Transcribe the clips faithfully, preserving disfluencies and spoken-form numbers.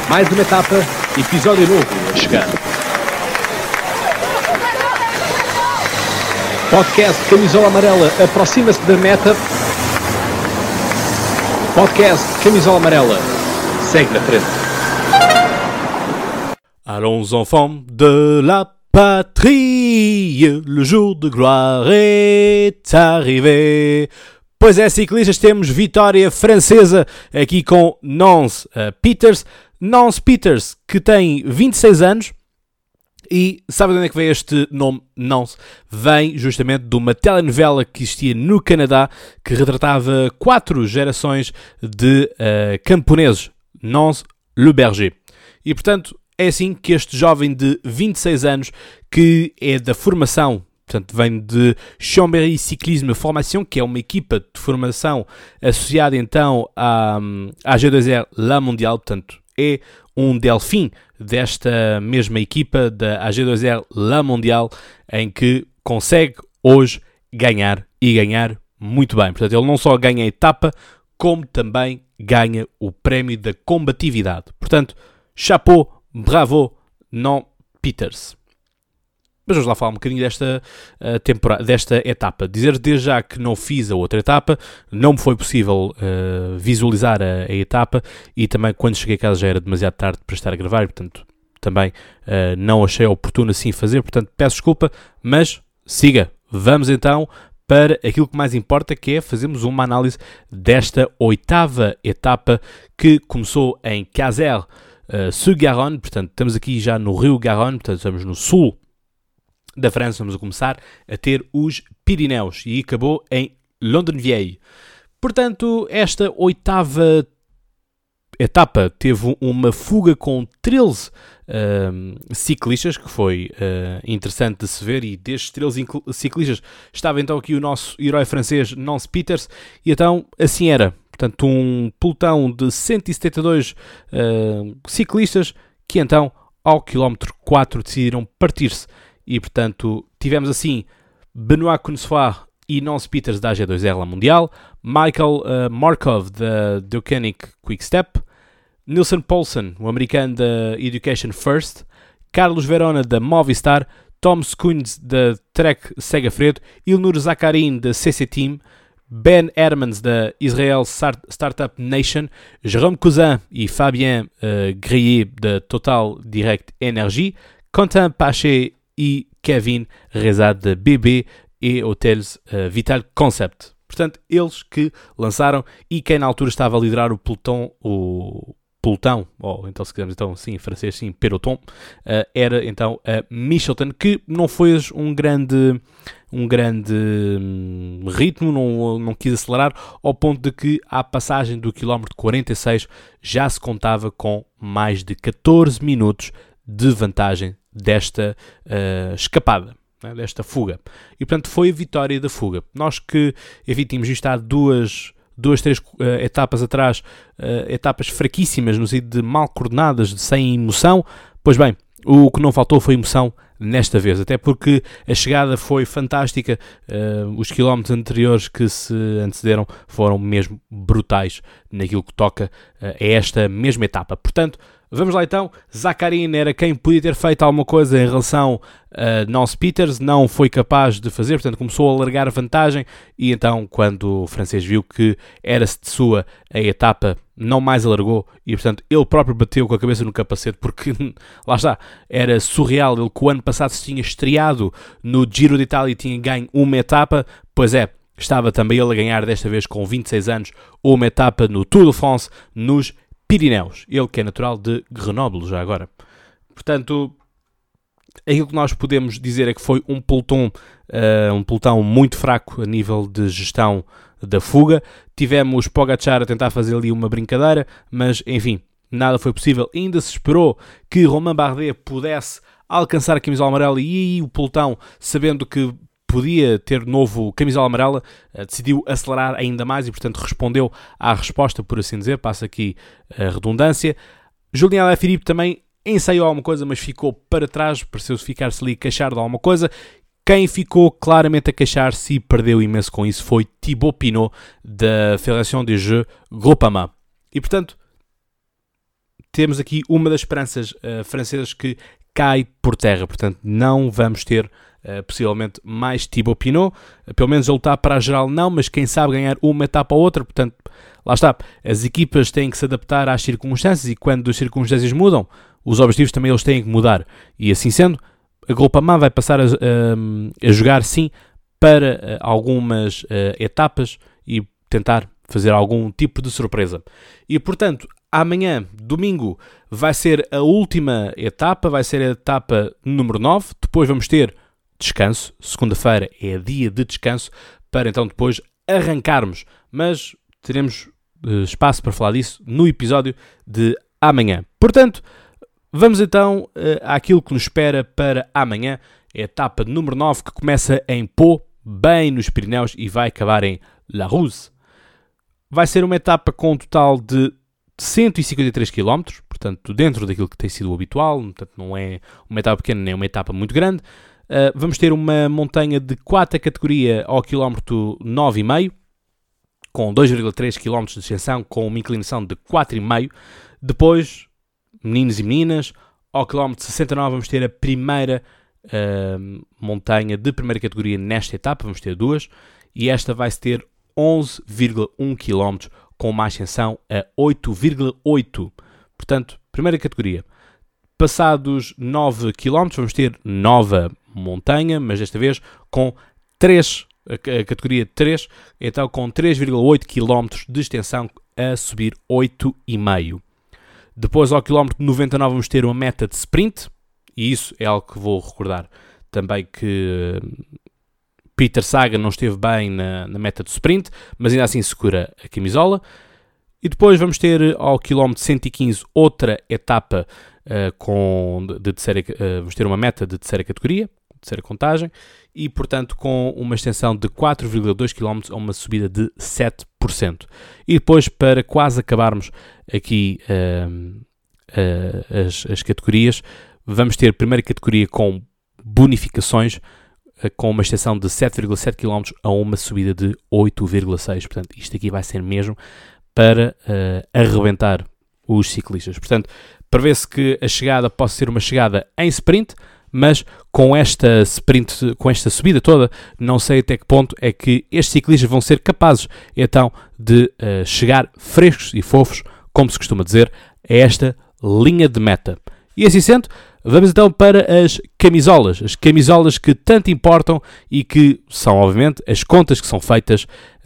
Mais uma etapa, episódio novo a chegar. Podcast Camisola Amarela aproxima-se da meta. Podcast Camisola Amarela segue na frente. Allons enfants de la patrie, le jour de gloire est arrivé. Pois é, ciclistas, temos vitória francesa aqui com Nance uh, Peters. Nance Peters, que tem vinte e seis anos, e sabe de onde é que vem este nome Nance? Vem justamente de uma telenovela que existia no Canadá, que retratava quatro gerações de uh, camponeses, Nance Le Berger. E, portanto, é assim que este jovem de vinte e seis anos, que é da formação, portanto, vem de Chambéry Cyclisme Formation, que é uma equipa de formação associada então à, à G dois R La Mondiale, portanto, é um delfim desta mesma equipa da A G dois R La Mondiale, em que consegue hoje ganhar e ganhar muito bem. Portanto, ele não só ganha a etapa, como também ganha o prémio da combatividade. Portanto, chapeau, bravo, Nance Peters. Mas vamos lá falar um bocadinho desta, uh, temporada, desta etapa. Dizer desde já que não fiz a outra etapa, não me foi possível uh, visualizar a, a etapa, e também quando cheguei a casa já era demasiado tarde para estar a gravar, e portanto também uh, não achei oportuno assim fazer, portanto peço desculpa, mas siga. Vamos então para aquilo que mais importa, que é fazermos uma análise desta oitava etapa que começou em Caser uh, sur Garonne, portanto estamos aqui já no Rio Garonne, portanto estamos no sul da França. Vamos a começar a ter os Pirineus e acabou em Londres-Vieille. Portanto, esta oitava etapa teve uma fuga com treze uh, ciclistas, que foi uh, interessante de se ver, e destes treze ciclistas estava então aqui o nosso herói francês Nance Peters, e então assim era. Portanto, um pelotão de cento e setenta e dois uh, ciclistas que então ao quilómetro quatro decidiram partir-se. E, portanto, tivemos assim Benoît Cosnefroid e Nance Peters da A G dois R La Mondiale, Michael uh, Markov da Deceuninck Quick Step, Nilsen Poulsen, o americano da Education First, Carlos Verona da Movistar, Tom Skuns da Trek Segafredo, Ilnur Zakarin da C C Team, Ben Hermans da Israel Startup Nation, Jérôme Cousin e Fabien uh, Grillet da Total Direct Energy, Quentin Paché e Kevin Rezat da B B e Hotels uh, Vital Concept. Portanto, eles que lançaram, e quem na altura estava a liderar o pelotão, o pelotão, ou então se quisermos então, sim, em francês, sim, peloton, uh, era então a Michelton, que não foi um grande, um grande hum, ritmo, não, não quis acelerar, ao ponto de que à passagem do quilómetro quarenta e seis já se contava com mais de catorze minutos de vantagem desta uh, escapada, né, desta fuga. E, portanto, foi a vitória da fuga. Nós que, enfim, tínhamos visto há duas, duas três uh, etapas atrás, uh, etapas fraquíssimas, no sentido de mal coordenadas, de sem emoção. Pois bem, o que não faltou foi emoção nesta vez, até porque a chegada foi fantástica, uh, os quilómetros anteriores que se antecederam foram mesmo brutais naquilo que toca uh, a esta mesma etapa. Portanto, vamos lá então. Zakarin era quem podia ter feito alguma coisa em relação a Nance Peters, não foi capaz de fazer, portanto começou a largar a vantagem, e então quando o francês viu que era-se de sua a etapa, não mais alargou, e portanto ele próprio bateu com a cabeça no capacete, porque lá está, era surreal. Ele que o ano passado se tinha estreado no Giro de Itália e tinha ganho uma etapa, pois é, estava também ele a ganhar desta vez com vinte e seis anos uma etapa no Tour de France nos Pirineus, ele que é natural de Grenoble já agora. Portanto, aquilo que nós podemos dizer é que foi um pelotão, uh, um pelotão muito fraco a nível de gestão da fuga. Tivemos Pogacar a tentar fazer ali uma brincadeira, mas enfim, nada foi possível. Ainda se esperou que Romain Bardet pudesse alcançar a camisola amarela, e aí o pelotão, sabendo que podia ter novo camisola amarela, uh, decidiu acelerar ainda mais e, portanto, respondeu à resposta, por assim dizer, passa aqui a redundância. Julien Alaphilippe também ensaiou alguma coisa, mas ficou para trás, pareceu-se ficar-se ali a queixar de alguma coisa. Quem ficou claramente a queixar-se e perdeu imenso com isso foi Thibaut Pinot, da Fédération des Jeux Groupama. E, portanto, temos aqui uma das esperanças uh, francesas que cai por terra. Portanto, não vamos ter uh, possivelmente mais Thibaut Pinot. Uh, pelo menos a lutar para a geral não, mas quem sabe ganhar uma etapa ou outra. Portanto, lá está. As equipas têm que se adaptar às circunstâncias e quando as circunstâncias mudam, os objetivos também eles têm que mudar. E assim sendo, a Groupama vai passar a, a, a jogar sim para uh, algumas uh, etapas e tentar fazer algum tipo de surpresa. E portanto, amanhã, domingo, vai ser a última etapa, vai ser a etapa número nove, depois vamos ter descanso, segunda-feira é dia de descanso, para então depois arrancarmos, mas teremos uh, espaço para falar disso no episódio de amanhã. Portanto, vamos então uh, àquilo que nos espera para amanhã, a etapa número nove, que começa em Pau, bem nos Pirineus, e vai acabar em La Rousse. Vai ser uma etapa com um total de cento e cinquenta e três quilómetros, portanto, dentro daquilo que tem sido o habitual, portanto, não é uma etapa pequena nem uma etapa muito grande. Uh, vamos ter uma montanha de quarta categoria ao quilómetro nove vírgula cinco, com dois vírgula três quilómetros de extensão, com uma inclinação de quatro vírgula cinco. Depois, meninos e meninas, ao quilómetro sessenta e nove vamos ter a primeira uh, montanha de primeira categoria nesta etapa, vamos ter duas, e esta vai ter onze vírgula um quilómetros, com uma ascensão a oito vírgula oito. Portanto, primeira categoria. Passados nove quilómetros, vamos ter nova montanha, mas desta vez com três, a categoria três, então com três vírgula oito quilómetros de extensão a subir oito vírgula cinco. Depois, ao quilómetro noventa e nove, vamos ter uma meta de sprint, e isso é algo que vou recordar também, que Peter Sagan não esteve bem na, na meta de sprint, mas ainda assim segura a camisola. E depois vamos ter ao quilómetro cento e quinze outra etapa uh, com, de terceira, uh, vamos ter uma meta de terceira categoria, terceira contagem, e portanto com uma extensão de quatro vírgula dois quilómetros a uma subida de sete por cento. E depois, para quase acabarmos aqui uh, uh, as, as categorias, vamos ter a primeira categoria com bonificações, com uma extensão de sete vírgula sete quilómetros a uma subida de oito vírgula seis. Portanto, isto aqui vai ser mesmo para uh, arrebentar os ciclistas. Portanto, prevê-se que a chegada possa ser uma chegada em sprint, mas com esta sprint, com esta subida toda, não sei até que ponto é que estes ciclistas vão ser capazes, então, de uh, chegar frescos e fofos, como se costuma dizer, a esta linha de meta. E assim sendo, vamos então para as camisolas. As camisolas que tanto importam e que são, obviamente, as contas que são feitas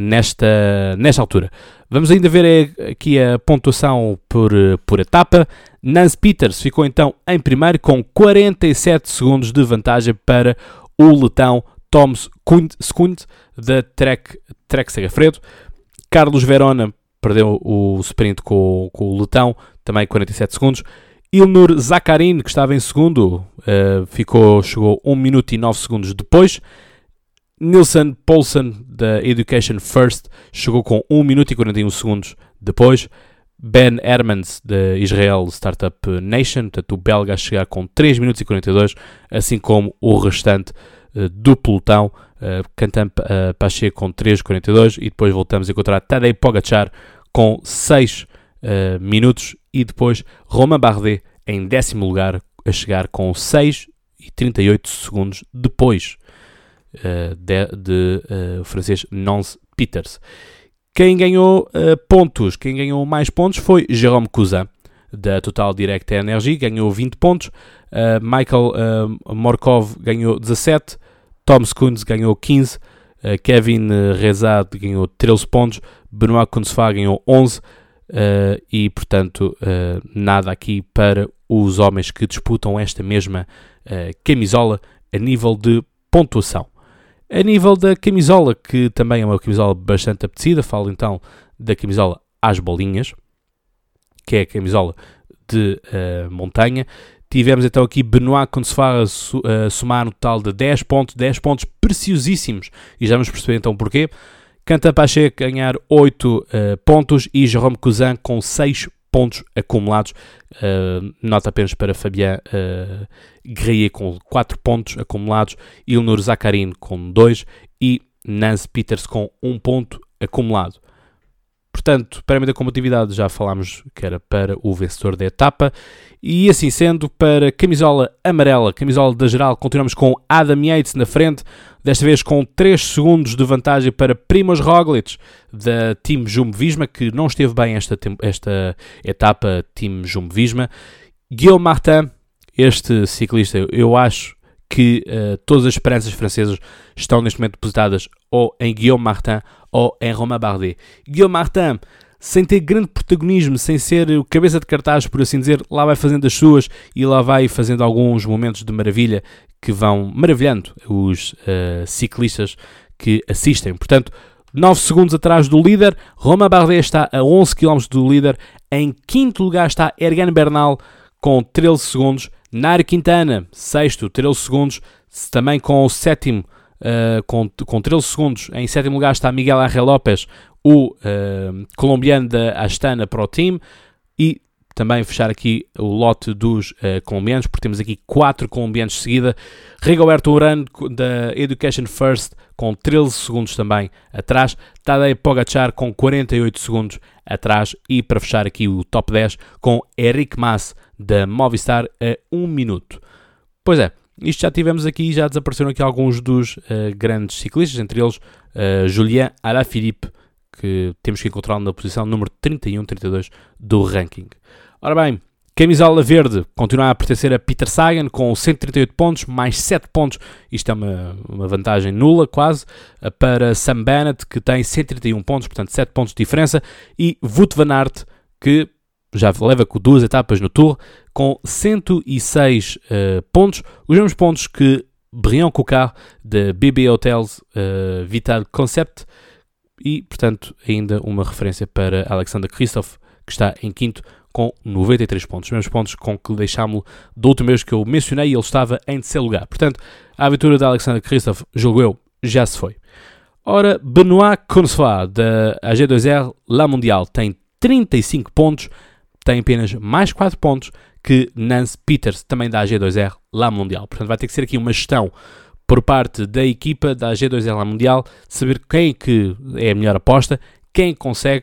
nesta, nesta altura. Vamos ainda ver aqui a pontuação por, por etapa. Nance Peters ficou então em primeiro com quarenta e sete segundos de vantagem para o letão Thomas Skund da Trek, Trek Segafredo. Carlos Verona perdeu o sprint com, com o letão, também quarenta e sete segundos. Ilnur Zakarin, que estava em segundo, uh, ficou, chegou um minuto e nove segundos depois. Nilsson Poulsen, da Education First, chegou com um minuto e quarenta e um segundos depois. Ben Hermans, da Israel Startup Nation, portanto o belga, a chegar com três minutos e quarenta e dois, assim como o restante uh, do pelotão, uh, Cantan uh, Pache com três quarenta e dois, e depois voltamos a encontrar Tadej Pogacar com seis uh, minutos, e depois Romain Bardet em décimo lugar, a chegar com seis e trinta e oito segundos depois uh, de, de uh, o francês Nance Peters. Quem ganhou uh, pontos, quem ganhou mais pontos foi Jérôme Cousin, da Total Direct Energy, ganhou vinte pontos, uh, Michael uh, Morkov ganhou dezassete, Tom Skund ganhou quinze, uh, Kevin Rezat ganhou treze pontos, Benoît Cosnefroid ganhou onze, Uh, e portanto uh, nada aqui para os homens que disputam esta mesma uh, camisola a nível de pontuação. A nível da camisola, que também é uma camisola bastante apetecida, falo então da camisola às bolinhas, que é a camisola de uh, montanha. Tivemos então aqui Benoît Cosnefroid a, su- a somar no total de dez pontos, dez pontos preciosíssimos, e já vamos perceber então porquê. Cantan Pache ganhar oito uh, pontos e Jérôme Cousin com seis pontos acumulados. Uh, nota apenas para Fabien uh, Greyer com quatro pontos acumulados, Ilnur Zakarin com dois e Nance Peters com um ponto acumulado. Portanto, prémio da combatividade já falámos que era para o vencedor da etapa. E assim sendo, para camisola amarela, camisola da geral, continuamos com Adam Yates na frente, desta vez com três segundos de vantagem para Primož Roglič, da Team Jumbo-Visma, que não esteve bem esta, esta etapa Team Jumbo-Visma. Guillaume Martin, este ciclista, eu acho que uh, todas as esperanças francesas estão neste momento depositadas ou em Guillaume Martin ou em Romain Bardet. Guillaume Martin, sem ter grande protagonismo, sem ser o cabeça de cartaz, por assim dizer, lá vai fazendo as suas e lá vai fazendo alguns momentos de maravilha que vão maravilhando os uh, ciclistas que assistem. Portanto, nove segundos atrás do líder, Romain Bardet está a onze quilómetros do líder. Em quinto lugar está Egan Bernal com treze segundos. Nairo Quintana, sexto, treze segundos. Também com o sétimo, uh, com, com treze segundos. Em sétimo lugar está Miguel Ángel López, o uh, colombiano da Astana Pro Team. E também fechar aqui o lote dos uh, colombianos, porque temos aqui quatro colombianos de seguida. Rigoberto Urán, da Education First, com treze segundos também atrás. Tadej Pogacar com quarenta e oito segundos atrás. E para fechar aqui o top dez, com Enric Mas, da Movistar, a um minuto. Pois é, isto já tivemos aqui, já desapareceram aqui alguns dos uh, grandes ciclistas, entre eles uh, Julien Alaphilippe, que temos que encontrá-lo na posição número trinta e um, trinta e dois do ranking. Ora bem, camisola verde continua a pertencer a Peter Sagan com cento e trinta e oito pontos, mais sete pontos, isto é uma, uma vantagem nula quase, para Sam Bennett, que tem cento e trinta e um pontos, portanto sete pontos de diferença, e Wout van Aert, que já leva com duas etapas no Tour, com cento e seis uh, pontos, os mesmos pontos que Brian Cocard, da B B Hotels uh, Vital Concept, e, portanto, ainda uma referência para Alexander Kristoff, que está em quinto, com noventa e três pontos. Os mesmos pontos com que deixámo-lo do último mês que eu mencionei, e ele estava em terceiro lugar. Portanto, a aventura de Alexander Kristoff, julgo eu, já se foi. Ora, Benoît Cosnefroid, da A G dois R La Mondial, tem trinta e cinco pontos, tem apenas mais quatro pontos que Nance Peters, também da A G dois R La Mondial. Portanto, vai ter que ser aqui uma gestão por parte da equipa da A G dois R La Mundial, saber quem que é a melhor aposta, quem consegue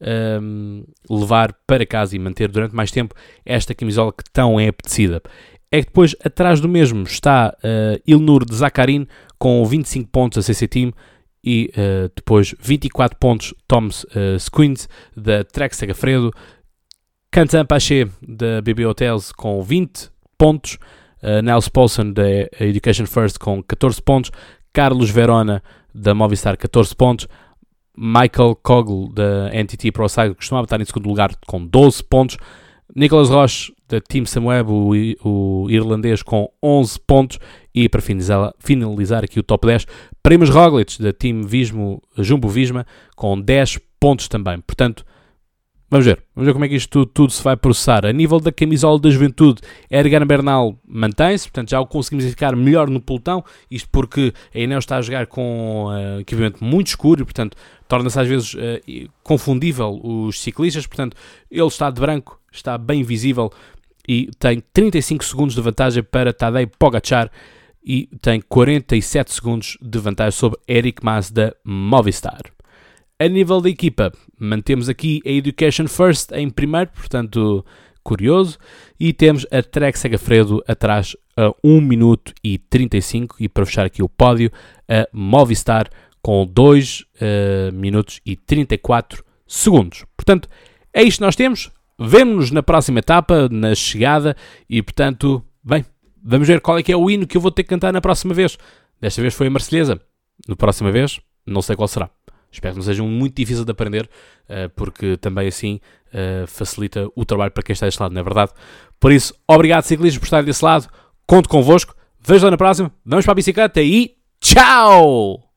um, levar para casa e manter durante mais tempo esta camisola que tão é apetecida. É que depois, atrás do mesmo, está uh, Ilnur de Zakarin com vinte e cinco pontos a C C Team e uh, depois vinte e quatro pontos Thomas uh, Squins da Trek Segafredo, Quentin Paché da B B Hotels com vinte pontos, Uh, Nels Paulson da Education First com catorze pontos, Carlos Verona da Movistar catorze pontos, Michael Kogl da N T T Pro Cycle, que costumava estar em segundo lugar, com doze pontos, Nicolas Roche da Team Sunweb, o, o irlandês, com onze pontos, e para finalizar, finalizar aqui o top dez, Primož Roglič da Team Vismo, Jumbo-Visma, com dez pontos também. Portanto, vamos ver, vamos ver como é que isto tudo, tudo se vai processar. A nível da camisola da juventude, Egan Bernal mantém-se, portanto já o conseguimos ficar melhor no pelotão, isto porque a Ineos está a jogar com uh, equipamento muito escuro e, portanto, torna-se às vezes uh, confundível os ciclistas, portanto, ele está de branco, está bem visível e tem trinta e cinco segundos de vantagem para Tadej Pogacar e tem quarenta e sete segundos de vantagem sobre Enric Mas da Movistar. A nível da equipa, mantemos aqui a Education First em primeiro, portanto, curioso, e temos a Trek Segafredo atrás a um minuto e trinta e cinco, e para fechar aqui o pódio, a Movistar com dois uh, minutos e trinta e quatro segundos. Portanto, é isto que nós temos, vemo-nos na próxima etapa, na chegada, e portanto, bem, vamos ver qual é que é o hino que eu vou ter que cantar na próxima vez. Desta vez foi a Marselhesa, na próxima vez, não sei qual será. Espero que não seja muito difícil de aprender, porque também assim facilita o trabalho para quem está deste lado, não é verdade? Por isso, obrigado ciclistas por estarem desse lado, conto convosco, vejo lá na próxima, vamos para a bicicleta e tchau!